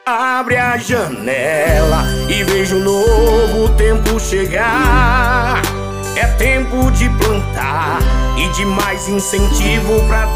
Abre a janela e veja um novo tempo chegar. É tempo de plantar e de mais incentivo pra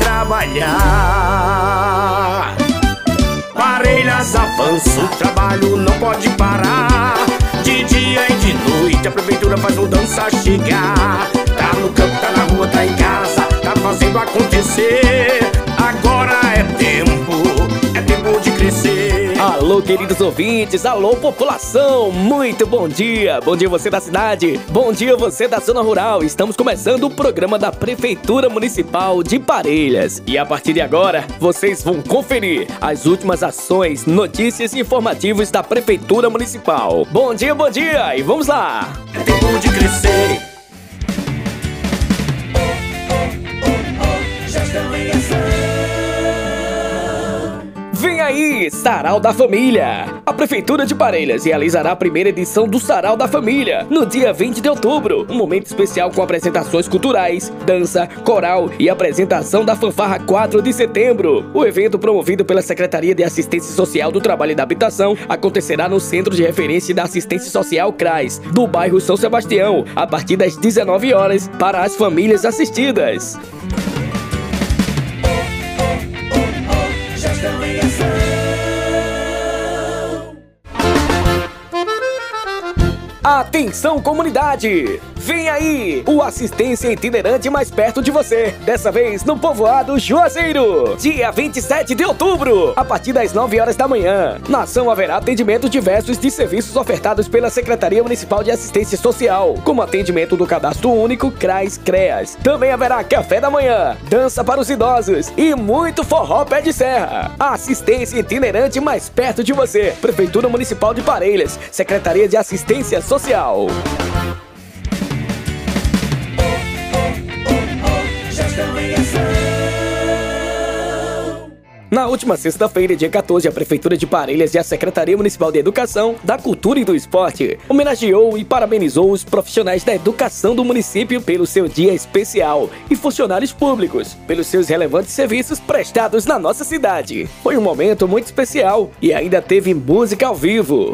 trabalhar. Parelhas avança, o trabalho não pode parar. De dia e de noite a prefeitura faz mudança chegar. Tá no campo, tá na rua, tá em casa, tá fazendo acontecer. Agora é tempo de crescer. Alô, queridos ouvintes, alô, população, muito bom dia. Bom dia você da cidade, bom dia você da zona rural. Estamos começando o programa da Prefeitura Municipal de Parelhas. E a partir de agora, vocês vão conferir as últimas ações, notícias e informativos da Prefeitura Municipal. Bom dia e vamos lá. É tempo de crescer. Já estão em ação. Vem aí, Sarau da Família! A Prefeitura de Parelhas realizará a primeira edição do Sarau da Família no dia 20 de outubro. Um momento especial com apresentações culturais, dança, coral e apresentação da fanfarra 4 de setembro. O evento, promovido pela Secretaria de Assistência Social do Trabalho e da Habitação, acontecerá no Centro de Referência da Assistência Social CRAS, do bairro São Sebastião, a partir das 19 horas, para as famílias assistidas. Atenção, comunidade! Vem aí, o Assistência Itinerante mais perto de você. Dessa vez no povoado Juazeiro. Dia 27 de outubro, a partir das 9 horas da manhã. Na ação haverá atendimentos diversos de serviços ofertados pela Secretaria Municipal de Assistência Social, como atendimento do Cadastro Único, CRAS-CREAS. Também haverá café da manhã, dança para os idosos e muito forró pé de serra. A Assistência Itinerante mais perto de você. Prefeitura Municipal de Parelhas, Secretaria de Assistência Social. Na última sexta-feira, dia 14, a Prefeitura de Parelhas e a Secretaria Municipal de Educação, da Cultura e do Esporte homenageou e parabenizou os profissionais da educação do município pelo seu dia especial e funcionários públicos pelos seus relevantes serviços prestados na nossa cidade. Foi um momento muito especial e ainda teve música ao vivo.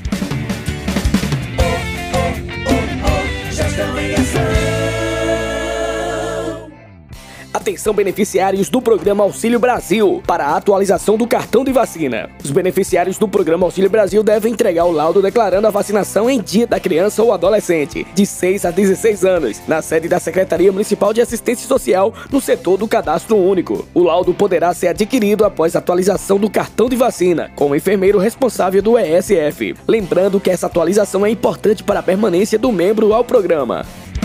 Atenção, beneficiários do Programa Auxílio Brasil, para a atualização do cartão de vacina. Os beneficiários do Programa Auxílio Brasil devem entregar o laudo declarando a vacinação em dia da criança ou adolescente, de 6 a 16 anos, na sede da Secretaria Municipal de Assistência Social, no setor do Cadastro Único. O laudo poderá ser adquirido após a atualização do cartão de vacina, com o enfermeiro responsável do ESF. Lembrando que essa atualização é importante para a permanência do membro ao programa.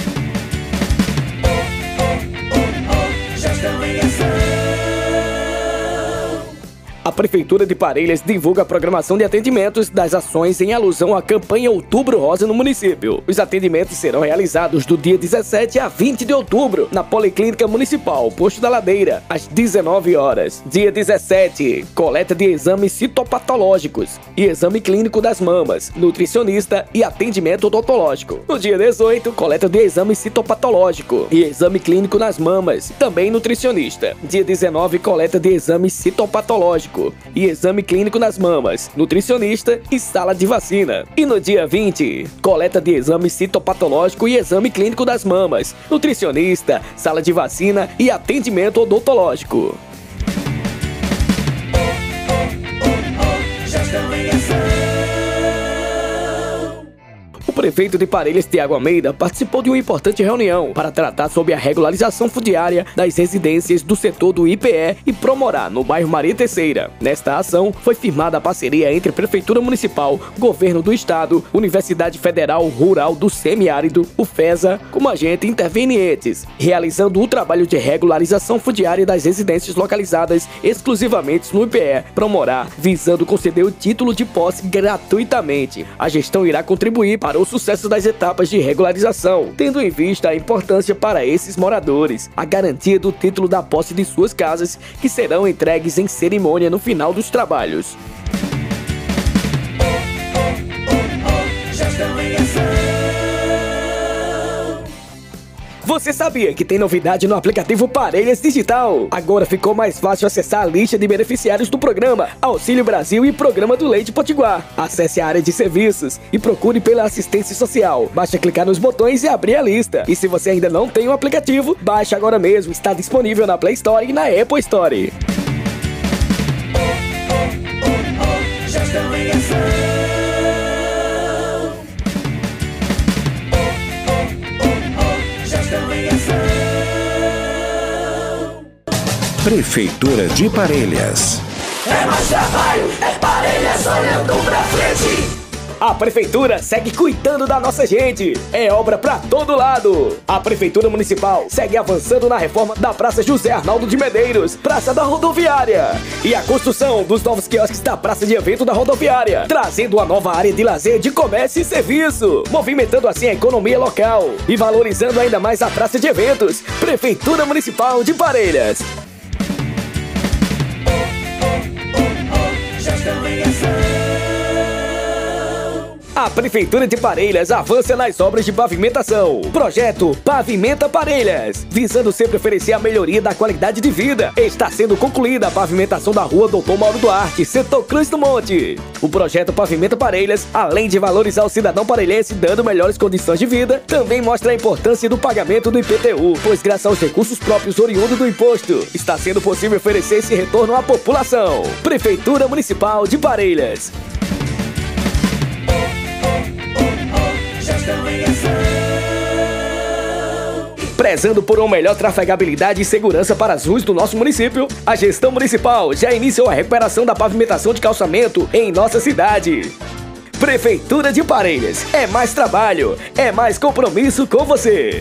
A Prefeitura de Parelhas divulga a programação de atendimentos das ações em alusão à campanha Outubro Rosa no município. Os atendimentos serão realizados do dia 17 a 20 de outubro, na Policlínica Municipal, Posto da Ladeira, às 19 horas. Dia 17, coleta de exames citopatológicos e exame clínico das mamas, nutricionista e atendimento odontológico. No dia 18, coleta de exame citopatológico e exame clínico nas mamas, também nutricionista. Dia 19, coleta de exame citopatológico e exame clínico nas mamas, nutricionista e sala de vacina. E no dia 20, coleta de exame citopatológico e exame clínico das mamas, nutricionista, sala de vacina e atendimento odontológico. O prefeito de Parelhas, Tiago Almeida, participou de uma importante reunião para tratar sobre a regularização fundiária das residências do setor do IPE e Promorá, no bairro Maria Terceira. Nesta ação, foi firmada a parceria entre Prefeitura Municipal, Governo do Estado, Universidade Federal Rural do Semiárido, UFESA, como agente intervenientes, realizando o trabalho de regularização fundiária das residências localizadas exclusivamente no IPE Promorá, visando conceder o título de posse gratuitamente. A gestão irá contribuir para o sucesso das etapas de regularização, tendo em vista a importância para esses moradores, a garantia do título da posse de suas casas, que serão entregues em cerimônia no final dos trabalhos. Você sabia que tem novidade no aplicativo Parelhas Digital? Agora ficou mais fácil acessar a lista de beneficiários do programa Auxílio Brasil e Programa do Leite Potiguar. Acesse a área de serviços e procure pela assistência social. Basta clicar nos botões e abrir a lista. E se você ainda não tem o aplicativo, baixe agora mesmo. Está disponível na Play Store e na Apple Store. Prefeitura de Parelhas. É mais trabalho, é Parelhas olhando pra frente. A Prefeitura segue cuidando da nossa gente. É obra pra todo lado. A Prefeitura Municipal segue avançando na reforma da Praça José Arnaldo de Medeiros, Praça da Rodoviária, e a construção dos novos quiosques da Praça de Evento da Rodoviária, trazendo uma nova área de lazer, de comércio e serviço, movimentando assim a economia local e valorizando ainda mais a Praça de Eventos. Prefeitura Municipal de Parelhas. A Prefeitura de Parelhas avança nas obras de pavimentação. Projeto Pavimenta Parelhas, visando sempre oferecer a melhoria da qualidade de vida. Está sendo concluída a pavimentação da rua Doutor Mauro Duarte, setor Cruz do Monte. O projeto Pavimenta Parelhas, além de valorizar o cidadão parelhense dando melhores condições de vida, também mostra a importância do pagamento do IPTU, pois graças aos recursos próprios oriundos do imposto, está sendo possível oferecer esse retorno à população. Prefeitura Municipal de Parelhas. Prezando por uma melhor trafegabilidade e segurança para as ruas do nosso município, a gestão municipal já iniciou a recuperação da pavimentação de calçamento em nossa cidade. Prefeitura de Parelhas, é mais trabalho, é mais compromisso com você.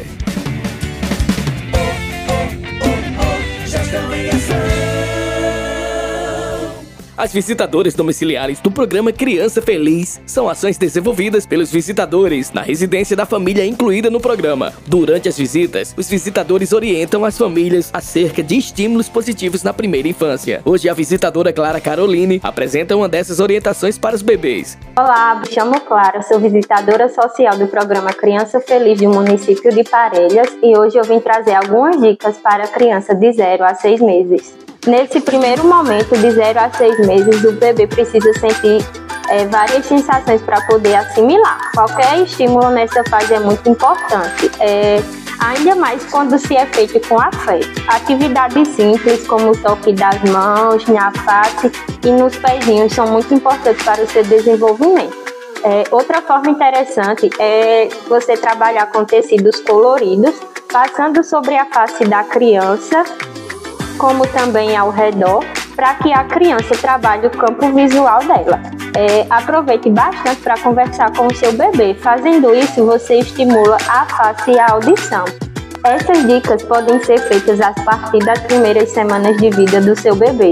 As visitadoras domiciliares do programa Criança Feliz são ações desenvolvidas pelos visitadores na residência da família incluída no programa. Durante as visitas, os visitadores orientam as famílias acerca de estímulos positivos na primeira infância. Hoje, a visitadora Clara Caroline apresenta uma dessas orientações para os bebês. Olá, me chamo Clara, sou visitadora social do programa Criança Feliz do município de Parelhas e hoje eu vim trazer algumas dicas para a criança de 0 a 6 meses. Nesse primeiro momento, de 0 a 6 meses, o bebê precisa sentir várias sensações para poder assimilar. Qualquer estímulo nessa fase é muito importante, ainda mais quando se é feito com afeto. Atividades simples, como o toque das mãos, na face e nos pezinhos, são muito importantes para o seu desenvolvimento. Outra forma interessante é você trabalhar com tecidos coloridos, passando sobre a face da criança, como também ao redor, para que a criança trabalhe o campo visual dela. Aproveite bastante para conversar com o seu bebê. Fazendo isso, você estimula a face e a audição. Essas dicas podem ser feitas a partir das primeiras semanas de vida do seu bebê.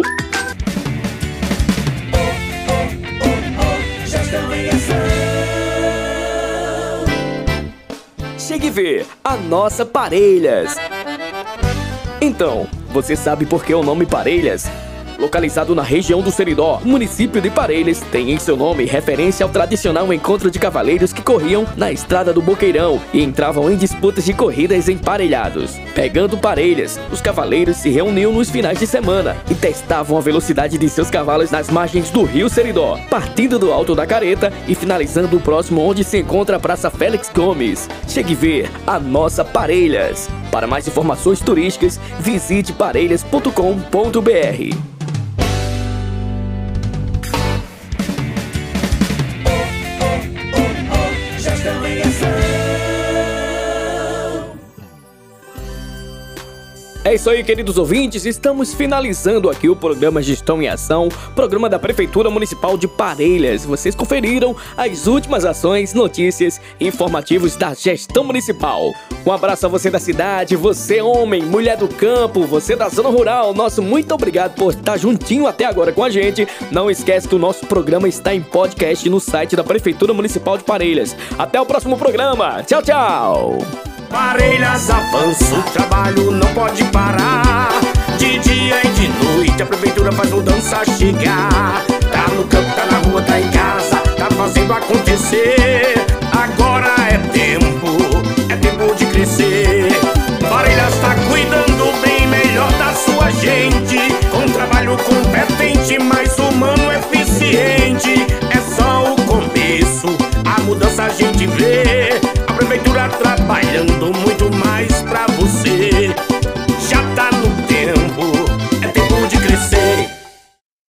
Chegue ver a nossa Parelhas. Então, você sabe por que o nome Parelhas? Localizado na região do Seridó, o município de Parelhas tem em seu nome referência ao tradicional encontro de cavaleiros que corriam na estrada do Boqueirão e entravam em disputas de corridas emparelhados. Pegando parelhas, os cavaleiros se reuniam nos finais de semana e testavam a velocidade de seus cavalos nas margens do rio Seridó, partindo do Alto da Careta e finalizando o próximo onde se encontra a Praça Félix Gomes. Chegue ver a nossa Parelhas. Para mais informações turísticas, visite parelhas.com.br. É isso aí, queridos ouvintes, estamos finalizando aqui o programa Gestão em Ação, programa da Prefeitura Municipal de Parelhas. Vocês conferiram as últimas ações, notícias e informativos da gestão municipal. Um abraço a você da cidade, você homem, mulher do campo, você da zona rural. Nosso muito obrigado por estar juntinho até agora com a gente. Não esquece que o nosso programa está em podcast no site da Prefeitura Municipal de Parelhas. Até o próximo programa. Tchau, tchau! Parelhas avança, o trabalho não pode parar. De dia e de noite a prefeitura faz mudança chegar. Tá no campo, tá na rua, tá em casa, tá fazendo acontecer. Agora é tempo de crescer. gente, com trabalho competente, mais humano, eficiente. É só o começo, a mudança a gente vê. A prefeitura trabalhando muito mais pra você.